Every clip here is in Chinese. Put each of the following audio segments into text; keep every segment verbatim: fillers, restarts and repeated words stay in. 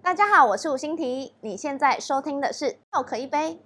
大家好，我是吴欣缇，你现在收听的是道可一杯。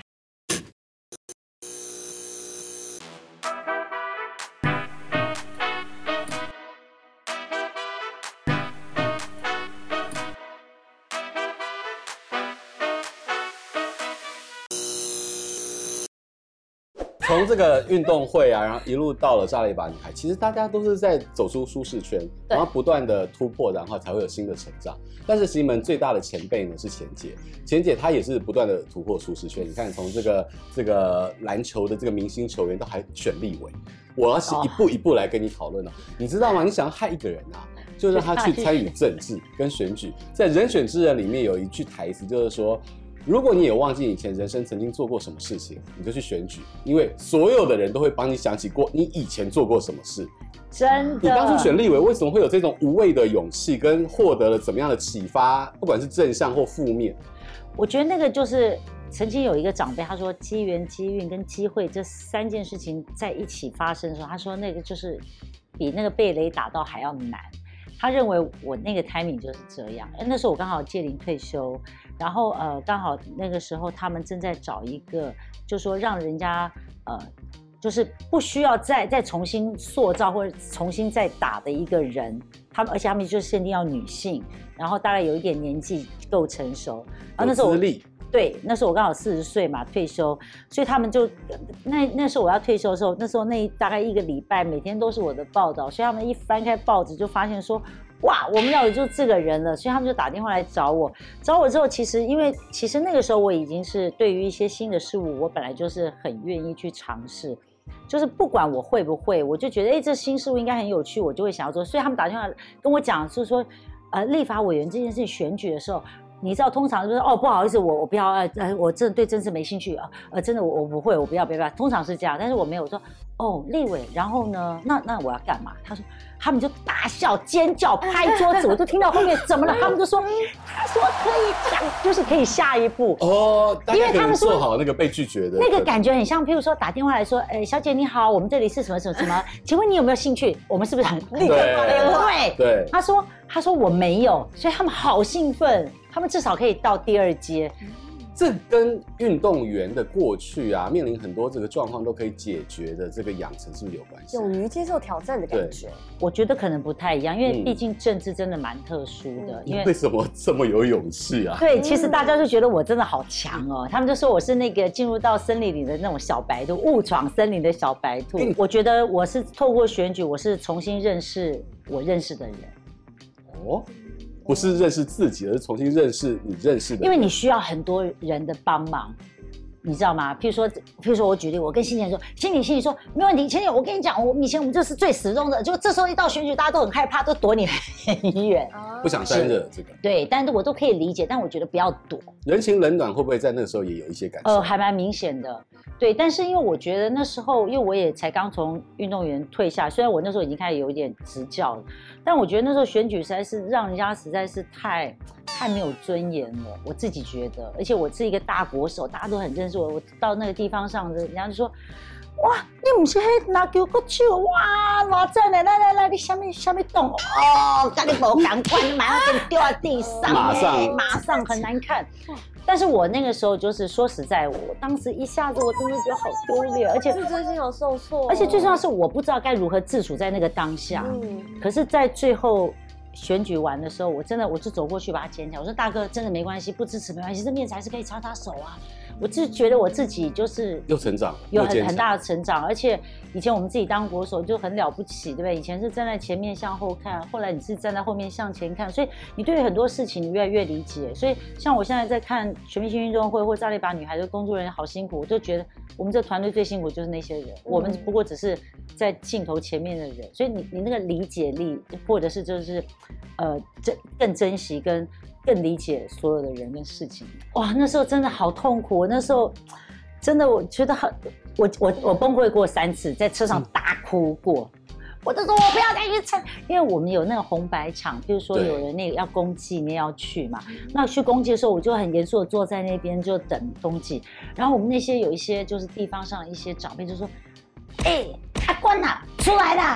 从这个运动会啊，然后一路到了炸了一把女孩，其实大家都是在走出舒适圈，然后不断的突破，然后才会有新的成长。但是石门最大的前辈呢是钱姐，钱姐她也是不断的突破舒适圈。你看，从这个这个篮球的这个明星球员都还选立委，我要是一步一步来跟你讨论哦。你知道吗？你想要害一个人啊，就让他去参与政治跟选举。在《人选之人》里面有一句台词，就是说，如果你也忘记以前人生曾经做过什么事情，你就去选举，因为所有的人都会帮你想起过你以前做过什么事。 真的， 你当初选立委，为什么会有这种无畏的勇气，跟获得了怎么样的启发，不管是正向或负面？ 我觉得那个就是曾经有一个长辈，他说机缘、机运跟机会这三件事情在一起发生的时候，他说那个就是比那个被雷打到还要难。他认为我那个 timing 就是这样，那时候我刚好届龄退休，然后呃刚好那个时候他们正在找一个，就说让人家呃就是不需要再再重新塑造或者重新再打的一个人，他们而且他们就是限定要女性，然后大概有一点年纪够成熟，然后那时候我有资历。 对，那时候我刚好四十岁嘛，退休，所以他们就那那时候我要退休的时候，那时候那大概一个礼拜，每天都是我的报道，所以他们一翻开报纸就发现说，哇，我们要的就这个人了，所以他们就打电话来找我。找我之后，其实因为其实那个时候我已经是对于一些新的事物，我本来就是很愿意去尝试，就是不管我会不会，我就觉得哎，这新事物应该很有趣，我就会想要做。所以他们打电话跟我讲，就是说，呃，立法委员这件事情选举的时候。你知道，通常就是哦，不好意思，我我不要，呃，我真的对政治没兴趣啊，呃，真的我我不会，我不要，不要，不要，通常是这样，但是我没有说，哦，立委，然后呢，那那我要干嘛？他说，他们就大笑、尖叫、拍桌子，我就听到后面怎么了？他们就说，他说可以讲，就是可以下一步哦，因为他们做好那个被拒绝的那个感觉很像，譬如说打电话来说，哎，小姐你好，我们这里是什么什么什么，请问你有没有兴趣？我们是不是很立刻打电话？对对， 他说他说我没有，所以他们好兴奋。他们至少可以到第二阶， 这跟运动员的过去啊，面临很多这个状况都可以解决的这个养成是不是有关系？ 勇于接受挑战的感觉， 我觉得可能不太一样，因为毕竟政治真的蛮特殊的。嗯、因为为什么这么有勇气啊？ 对，其实大家就觉得我真的好强哦，他们就说我是那个进入到森林里的那种小白兔，误闯森林的小白兔。嗯、我觉得我是透过选举，我是重新认识我认识的人。 哦。不是认识自己，而是重新认识你认识的人。 因为你需要很多人的帮忙，你知道吗？譬如说，譬如说我举例，我跟欣姐说，欣姐，欣姐说没问题，欣姐，我跟你讲，我以前我们就是最始终的，就这时候一到选举，大家都很害怕，都躲你很远， 不想沾惹这个。 对，但是我都可以理解，但我觉得不要躲。 人情冷暖会不会在那个时候也有一些感受？ 呃，还蛮明显的。对，但是因为我觉得那时候，因为我也才刚从运动员退下，虽然我那时候已经开始有一点执教了，但我觉得那时候选举实在是让人家实在是太太没有尊严了，我自己觉得。而且我是一个大国手，大家都很认识我，我到那个地方上，人家就说：“哇，你不是那拿球个手哇，哇赞的，来来来，你下面下面动哦，跟你不赶快，马上给你丢在地上， 马上马上很难看。”但是我那个时候就是说实在，我当时一下子我真的觉得好丢脸，而且自尊心有受挫， 而且最重要是我不知道该如何自处在那个当下。嗯，可是，在最后选举完的时候，我真的我就走过去把他牵起来，我说大哥，真的没关系，不支持没关系，这面子还是可以擦擦手啊。我就觉得我自己就是又成长， 有很很大的成长，而且以前我们自己当国手就很了不起，对不对？以前是站在前面向后看，后来你是站在后面向前看，所以你对于很多事情你越来越理解。所以像我现在在看全明星运动会或炸了一把女孩的工作人员好辛苦，我就觉得我们这团队最辛苦就是那些人，嗯、我们不过只是在镜头前面的人，所以你你那个理解力，或者是就是呃珍更珍惜跟。更理解所有的人跟事情，哇，那时候真的好痛苦。我那时候真的，我觉得很，我我我崩溃过三次，在车上大哭过。我就说我不要再去参，因为我们有那个红白场，比如说有人那个要公祭，你也要去嘛。那去公祭的时候，我就很严肃的坐在那边就等公祭。然后我们那些有一些就是地方上的一些长辈就说：“哎、欸，阿官呐、啊，出来啦！”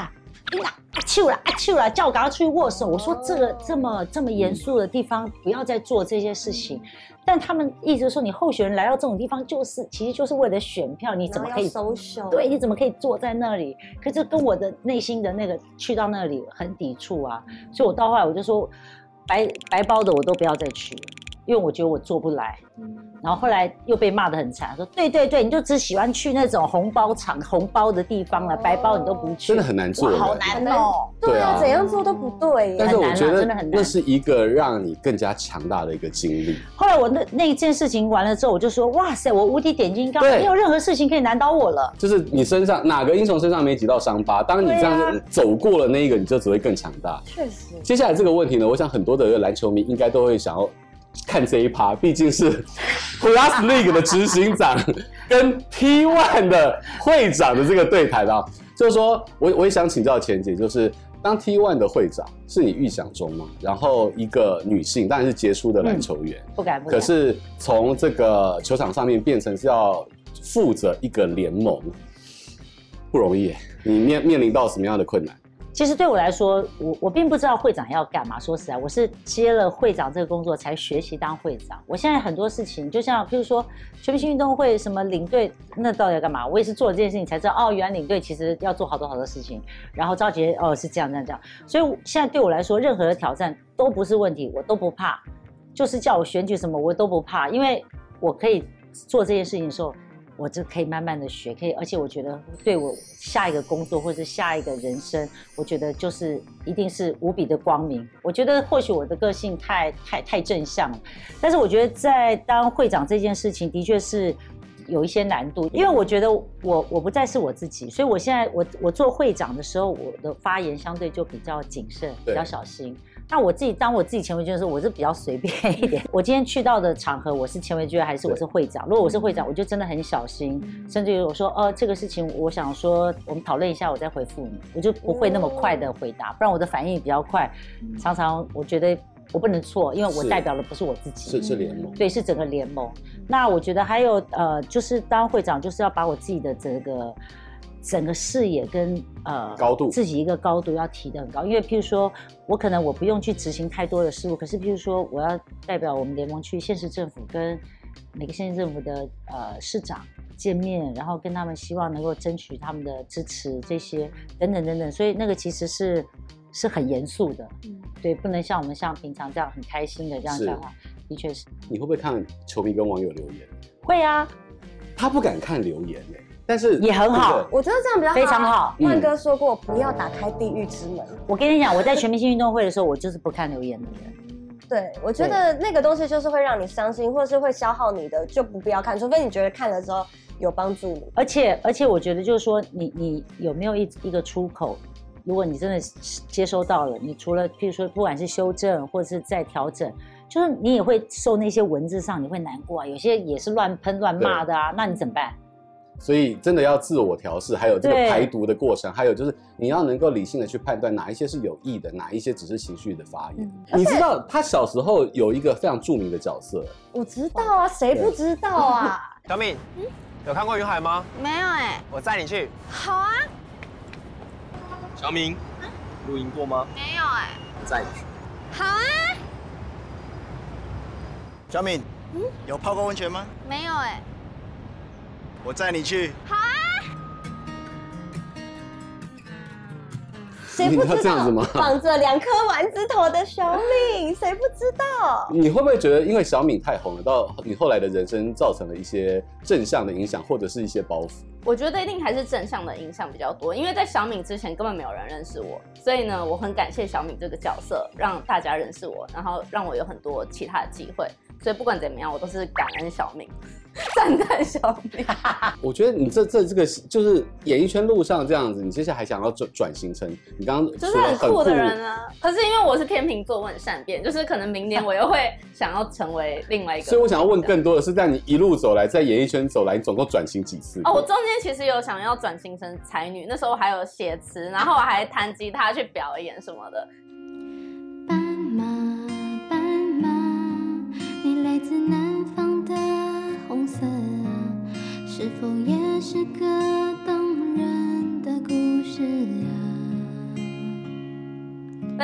琳达阿秋啦阿秋啦，叫我赶快出去握手。我说这个这么这么严肃的地方，不要再做这些事情。但他们一直说，你候选人来到这种地方，就是其实就是为了选票，你怎么可以 social？ 对，你怎么可以坐在那里？可是跟我的内心的那个去到那里很抵触啊，所以我到后来我就说，白白包的我都不要再去了，因为我觉得我做不来。然后后来又被骂得很惨，说对对对，你就只喜欢去那种红包场、红包的地方了，哦、白包你都不去， 真的很难做， 好难哦。 对啊，怎样做都不对。 但是我觉得那是一个让你更加强大的一个经历。 后来我那那一件事情完了之后，我就说哇塞，我无敌点金刚，没有任何事情可以难倒我了。 就是你身上哪个英雄身上没几道伤疤，当你这样子走过了那一个，你就只会更强大。 确实。 接下来这个问题呢，我想很多的篮球迷应该都会想要看这一趴，毕竟是 Plus League 的执行长跟 T 一 的会长的这个对谈啊，就是说我我也想请教钱姐，就是当 T 一 的会长是你预想中吗？然后一个女性，当然是杰出的篮球员， 嗯、不敢不敢。 可是从这个球场上面变成是要负责一个联盟，不容易。你面面临到什么样的困难？ 其实对我来说，我我并不知道会长要干嘛。说实在，我是接了会长这个工作才学习当会长。我现在很多事情，就像譬如说全明星运动会什么领队，那到底要干嘛？我也是做了这件事情才知道，哦，原来领队其实要做好多好多事情。然后召集哦是这样这样这样。所以现在对我来说，任何的挑战都不是问题，我都不怕。就是叫我选举什么，我都不怕，因为我可以做这件事情的时候。我就可以慢慢的学，可以，而且我觉得对我下一个工作或者是下一个人生，我觉得就是一定是无比的光明。我觉得或许我的个性太太太正向了，但是我觉得在当会长这件事情的确是有一些难度，因为我觉得我我不再是我自己，所以我现在我我做会长的时候，我的发言相对就比较谨慎，比较小心。那我自己当我自己前卫军的时候，我是比较随便一点。我今天去到的场合，我是前卫军还是我是会长？如果我是会长，我就真的很小心，甚至于我说，哦，这个事情我想说，我们讨论一下，我再回复你，我就不会那么快的回答，不然我的反应也比较快。常常我觉得我不能错，因为我代表的不是我自己， 是是联盟， 对，是整个联盟。那我觉得还有呃，就是当会长就是要把我自己的这个。整个视野跟呃高度， 自己一个高度要提得很高，因为譬如说，我可能我不用去执行太多的事务，可是譬如说，我要代表我们联盟去县市政府跟每个县市政府的呃市长见面，然后跟他们希望能够争取他们的支持，这些等等等等，所以那个其实是是很严肃的，嗯，对，不能像我们像平常这样很开心的这样讲话，的确是。 你会不会看球迷跟网友留言？ 会啊， 他不敢看留言哎。但是也很好， 我觉得这样比较好， 非常好。 万哥说过，不要打开地狱之门。 我跟你讲，我在全明星运动会的时候，我就是不看留言的人。 对，我觉得那个东西就是会让你伤心，或是会消耗你的，就不必要看，除非你觉得看了之后有帮助你。 而且而且，我觉得就是说，你你有没有一一个出口？如果你真的接收到了，你除了譬如说，不管是修正或者是再调整。就是你也会受那些文字上你会难过啊，有些也是乱喷乱骂的啊，那你怎么办？ 所以真的要自我调试，还有这个排毒的过程，还有就是你要能够理性的去判断哪一些是有益的，哪一些只是情绪的发言。嗯、你知道他小时候有一个非常著名的角色， 我知道啊，谁不知道啊？ 小敏，嗯、有看过云海吗？ 没有哎、欸， 我载你去。 好啊。 小敏，露营过吗？ 没有哎、欸， 我载你去。 好啊。 小敏，嗯，有泡过温泉吗？ 没有哎、欸。 我载你去。 好啊！ 谁不知道绑着两颗丸子头的小敏？谁不知道？ 你会不会觉得，因为小敏太红了，到你后来的人生造成了一些正向的影响，或者是一些包袱？ 我觉得一定还是正向的影响比较多，因为在小敏之前根本没有人认识我，所以呢，我很感谢小敏这个角色，让大家认识我，然后让我有很多其他的机会。所以不管怎么样，我都是感恩小敏，赞叹小敏。 我觉得你这这这个就是演艺圈路上这样子，你接下来还想要转转型成你刚刚就是很酷的人啊。可是因为我是天秤座，我很善变，就是可能明年我又会想要成为另外一个。 所以我想要问更多的是，在你一路走来，在演艺圈走来，你总共转型几次？ 哦，我中间其实有想要转型成才女，那时候还有写词，然后我还弹吉他去表演什么的。 斑马，斑马，你来自南方的红色，是否也是个动人的故事啊？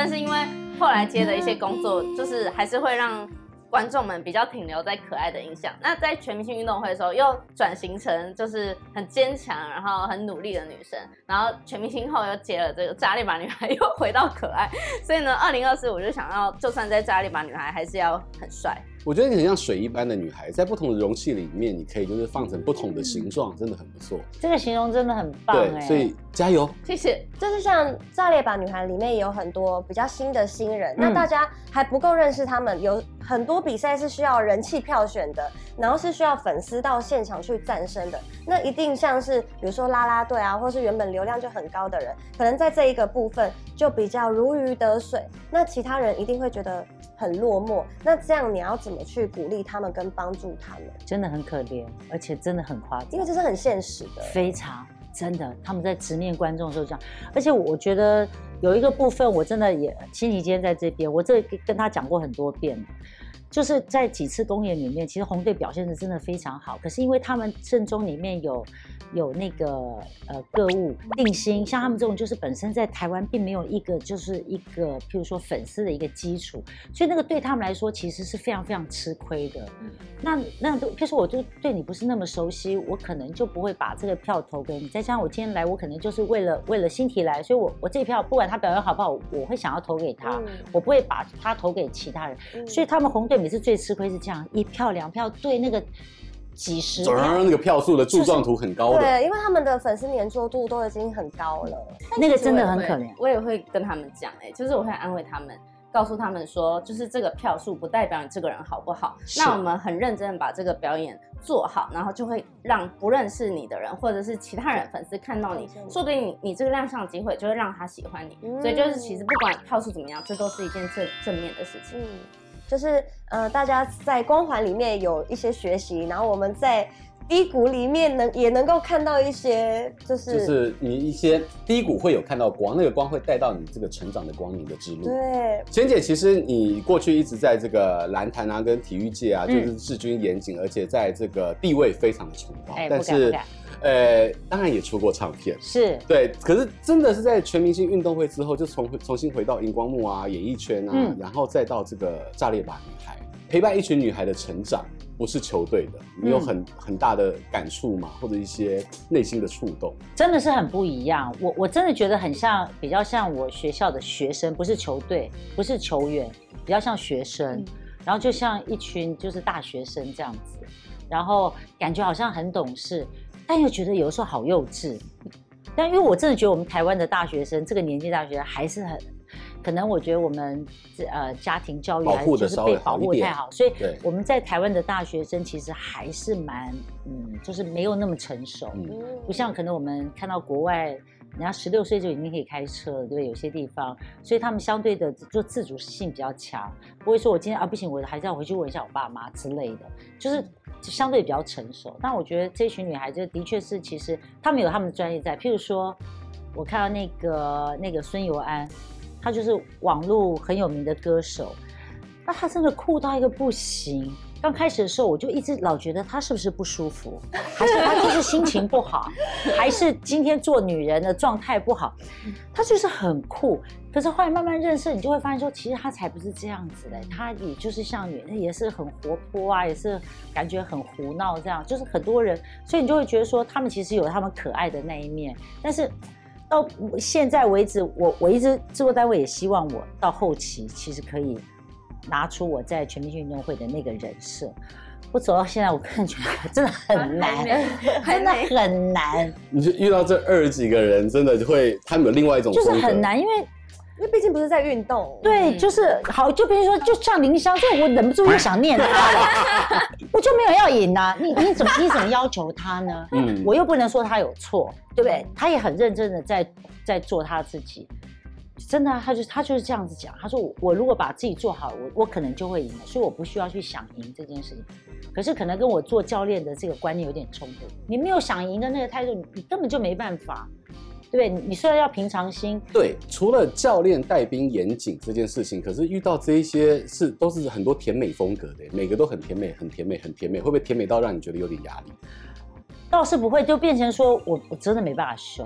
但是因为后来接的一些工作，就是还是会让观众们比较停留在可爱的印象。那在全明星运动会的时候，又转型成就是很坚强，然后很努力的女生。然后全明星后又接了这个扎利巴女孩，又回到可爱。所以呢，二零二四我就想要，就算在扎利巴女孩，还是要很帅。 我觉得你很像水一般的女孩，在不同的容器里面，你可以就是放成不同的形状，真的很不错。 这个形容真的很棒哎， 对，所以加油， 谢谢。 就是像炸裂吧女孩里面也有很多比较新的新人，嗯、那大家还不够认识他们，有很多比赛是需要人气票选的，然后是需要粉丝到现场去赞声的。那一定像是比如说啦啦队啊，或是原本流量就很高的人，可能在这一个部分就比较如鱼得水，那其他人一定会觉得很落寞。那这样你要怎么去鼓励他们跟帮助他们？ 真的很可怜，而且真的很夸张， 因为这是很现实的， 非常真的。他们在直面观众的时候这样，而且我觉得有一个部分，我真的也心怡今天在这边，我这跟他讲过很多遍了。就是在几次公演里面，其实红队表现的真的非常好，可是因为他们阵中里面有有那个呃歌舞定薪，像他们这种就是本身在台湾并没有一个就是一个譬如说粉丝的一个基础，所以那个对他们来说其实是非常非常吃亏的。嗯、那那譬如说我就对你不是那么熟悉，我可能就不会把这个票投给你。再加上我今天来，我可能就是为了为了新题来，所以我我这一票不管他表演好不好，我会想要投给他，嗯、我不会把他投给其他人。嗯、所以他们红队。每次最吃亏是这样，一票两票对那个几十票， 那个票数的柱状图很高的， 对，因为他们的粉丝粘着度都已经很高了， 那个真的很可怜。 我也会跟他们讲，哎，就是我会安慰他们，告诉他们说，就是这个票数不代表你这个人好不好，那我们很认真的把这个表演做好，然后就会让不认识你的人或者是其他人粉丝看到你，说不定你你这个亮相机会就会让他喜欢你，嗯、所以就是其实不管票数怎么样，这都是一件正正面的事情。嗯就是呃，大家在光环里面有一些学习，然后我们在低谷里面能也能够看到一些，就是就是你一些低谷会有看到光，那个光会带到你这个成长的光明的之路。 对， 贤姐，其实你过去一直在这个篮坛啊，跟体育界啊，就是治军严谨，而且在这个地位非常的崇高， 哎、 但是。呃，当然也出过唱片， 是对，可是真的是在全明星运动会之后，就重重新回到荧光幕啊、演艺圈啊，嗯、然后再到这个炸裂吧女孩，陪伴一群女孩的成长，不是球队的，你有很、嗯、很大的感触嘛，或者一些内心的触动， 真的是很不一样。我我真的觉得很像，比较像我学校的学生，不是球队，不是球员，比较像学生，嗯、然后就像一群就是大学生这样子，然后感觉好像很懂事。但又觉得有的时候好幼稚，但因为我真的觉得我们台湾的大学生这个年纪大学生还是很，可能我觉得我们呃家庭教育还是就是被保护太好，所以我们在台湾的大学生其实还是蛮嗯，就是没有那么成熟，嗯、不像可能我们看到国外人家十六岁就已经可以开车了，对不对？有些地方，所以他们相对的就自主性比较强，不会说我今天啊不行，我还是要回去问一下我爸妈之类的，就是相对比较成熟。但我觉得这群女孩子的确是，其实她们有她们的专业在。譬如说，我看到那个那个孙尤安，她就是网络很有名的歌手，那她真的酷到一个不行。刚开始的时候，我就一直老觉得她是不是不舒服，还是她就是心情不好，还是今天做女人的状态不好。她就是很酷，可是后来慢慢认识，你就会发现说，其实她才不是这样子的。她也就是像女人，也是很活泼啊，也是感觉很胡闹这样，就是很多人，所以你就会觉得说，他们其实有他们可爱的那一面。但是到现在为止，我我一直制作单位也希望我到后期其实可以拿出我在全明星运动会的那个人设。我走到现在，我个人觉得真的很难，真的很难。 你就遇到这二十几个人，真的就会他们有另外一种风格， 就是很难，因为因为毕竟不是在运动。 对，就是好，就比如说，就像林湘，就我忍不住又想念他了，我就没有要赢啊，你你怎么你怎么要求他呢？嗯，我又不能说他有错，对不对？他也很认真的在在做他自己。真的、啊，他就他就是这样子讲。他说我我如果把自己做好，我我可能就会赢了，所以我不需要去想赢这件事情。可是可能跟我做教练的这个观念有点冲突。你没有想赢的那个态度，你根本就没办法，对不对？你你虽然要平常心， 对，除了教练带兵严谨这件事情，可是遇到这一些是都是很多甜美风格的，每个都很甜美，很甜美，很甜美，会不会甜美到让你觉得有点压力？ 倒是不会，就变成说我我真的没办法凶。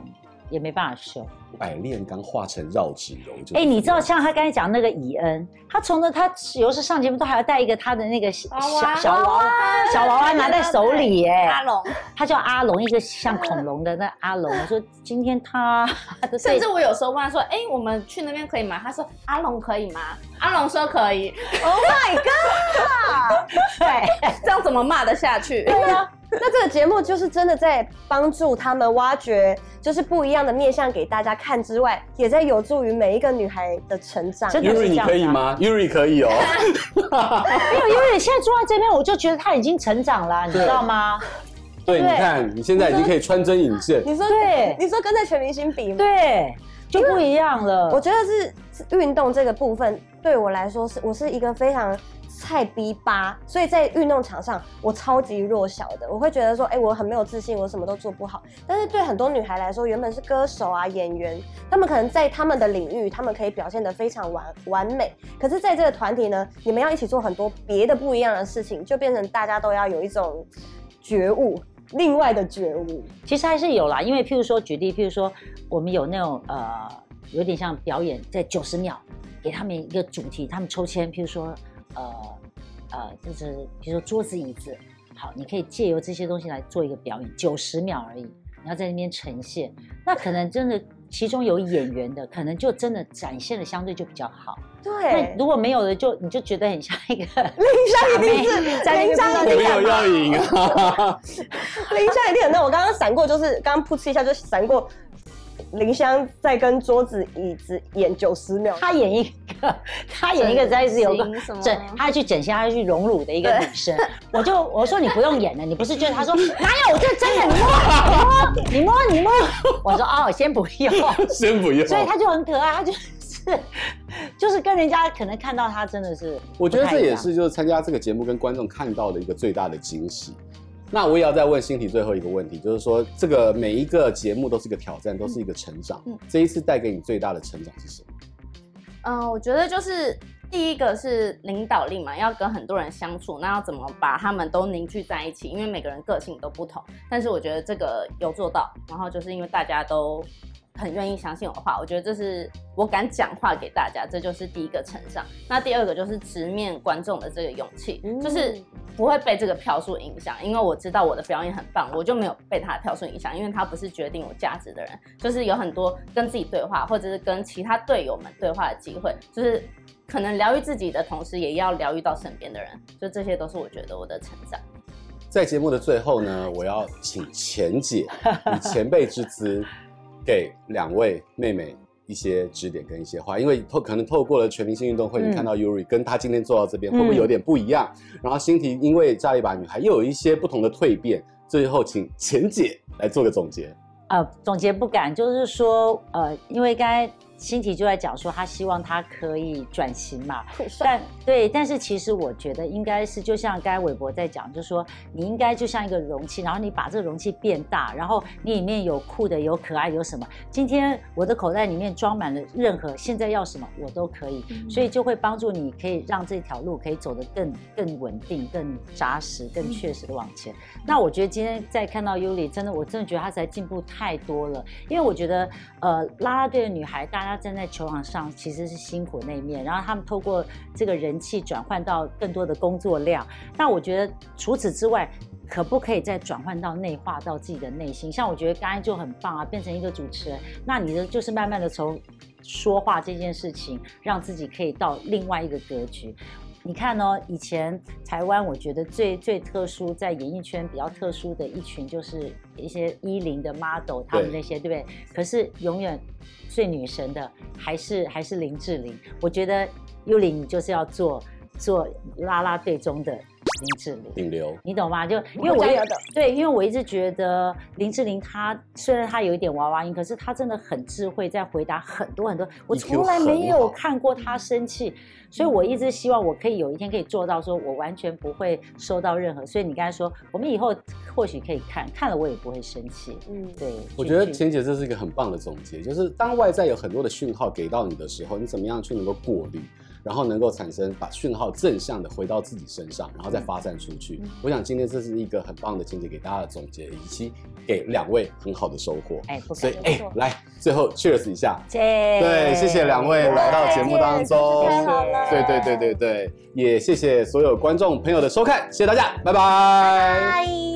也没办法修。 百炼钢化成绕指柔。 哎、欸，你知道像他刚才讲那个以恩，他从头他有时上节目都还要带一个他的那个小小娃娃，小娃娃拿在手里耶。 阿龙， 他叫阿龙，一个像恐龙的那阿龙。我说今天他， 甚至我有时候问他说，哎、欸，我们去那边可以吗？他说阿龙可以吗？阿龙说可以。 Oh my god！ 对，这样怎么骂得下去？ 对啊。那这个节目就是真的在帮助他们挖掘，就是不一样的面向给大家看之外，也在有助于每一个女孩的成长。 Yuri 你可以吗 ？Yuri 可以哦。 没有 Yuri 现在坐在这边，我就觉得他已经成长了，你知道吗？ 对，你看你现在已经可以穿针引线。 你说对， 你说跟在全明星比吗？ 对，就不一样了。 我觉得是运动这个部分对我来说是，我是一个非常。菜逼八，所以在运动场上我超级弱小的，我会觉得说，哎、欸，我很没有自信，我什么都做不好。但是对很多女孩来说，原本是歌手啊、演员，她们可能在她们的领域，她们可以表现得非常完完美。可是在这个团体呢，你们要一起做很多别的不一样的事情，就变成大家都要有一种觉悟，另外的觉悟。 其实还是有啦，因为譬如说举例，譬如说我们有那种呃，有点像表演，在九十秒给他们一个主题，他们抽签，譬如说。呃呃，就是比如说桌子、椅子，好，你可以借由这些东西来做一个表演，九十秒而已，你要在那边呈现，那可能真的其中有演员的，可能就真的展现的相对就比较好。 对， 那如果没有的就，就你就觉得很像一个林湘一定是林湘一定没有要赢啊， 林湘一定很那我刚刚闪过，就是刚刚噗嗤一下就闪过。林湘在跟桌子椅子演九十秒， 他演一个，他演一个在是有个整，他去整形，他去隆乳的一个女生，我就我说你不用演了，你不是觉得他说哪有，我这真的，你摸，你摸，你摸，我说哦，先不用， 先不用， 所以他就很可爱，他就是就是跟人家可能看到他真的是， 我觉得这也是就是参加这个节目跟观众看到的一个最大的惊喜。那我也要再问欣婷最后一个问题，就是说这个每一个节目都是一个挑战，都是一个成长。嗯，这一次带给你最大的成长是什么？ 嗯、呃，我觉得就是第一个是领导力嘛，要跟很多人相处，那要怎么把他们都凝聚在一起？因为每个人个性都不同，但是我觉得这个有做到。然后就是因为大家都很愿意相信我的话，我觉得这是我敢讲话给大家，这就是第一个成长。那第二个就是直面观众的这个勇气，嗯、就是不会被这个票数影响，因为我知道我的表演很棒，我就没有被他的票数影响，因为他不是决定我价值的人，就是有很多跟自己对话，或者是跟其他队友们对话的机会，就是可能疗愈自己的同时，也要疗愈到身边的人，就这些都是我觉得我的成长。 在节目的最后呢，我要请钱姐以前辈之姿给两位妹妹一些指点跟一些话，因为透可能透过了全明星运动会，嗯、你看到 Yuri 跟她今天做到这边，嗯、会不会有点不一样？然后欣婷因为炸了一把女孩又有一些不同的蜕变，最后请钱姐来做个总结。 呃，总结不敢，就是说，呃，因为刚才欣婷就在讲说，她希望她可以转型嘛，但对，但是其实我觉得应该是，就像刚才韦伯在讲，就是说，你应该就像一个容器，然后你把这个容器变大，然后你里面有酷的，有可爱，有什么？今天我的口袋里面装满了任何现在要什么我都可以，嗯、所以就会帮助你可以让这条路可以走得更更稳定、更扎实、更确实的往前。嗯、那我觉得今天在看到 Yuri， 真的，我真的觉得她实在进步太多了，因为我觉得，呃，啦啦队的女孩，大家站在球场上其实是辛苦那一面，然后他们透过这个人气转换到更多的工作量。那我觉得除此之外，可不可以再转换到内化到自己的内心？像我觉得刚才就很棒啊，变成一个主持人，那你的就是慢慢的从说话这件事情，让自己可以到另外一个格局。你看哦，以前台湾我觉得最最特殊，在演艺圈比较特殊的一群，就是一些一零的 model， 他们那些 对, 对不对？可是永远最女神的还是还是林志玲。我觉得Yuri你就是要做做啦啦队中的林志玲， 顶流， 你懂吗？就因为我一对，因为我一直觉得林志玲她虽然她有一点娃娃音，可是她真的很智慧，在回答很多很多。我从来没有看过她生气，所以我一直希望我可以有一天可以做到，说我完全不会收到任何。所以你刚才说，我们以后或许可以看看了，我也不会生气。嗯，对。 我觉得钱姐这是一个很棒的总结，就是当外在有很多的讯号给到你的时候，你怎么样去能够过滤？ 然后能够产生把讯号正向的回到自己身上，然后再发散出去。嗯、我想今天这是一个很棒的情节给大家的总结，以及给两位很好的收获。 哎，不所以哎，来最后 cheers 一下， 谢对，谢谢两位来到节目当中， 太好了， 对对对对对，也谢谢所有观众朋友的收看，谢谢大家，拜拜。 拜。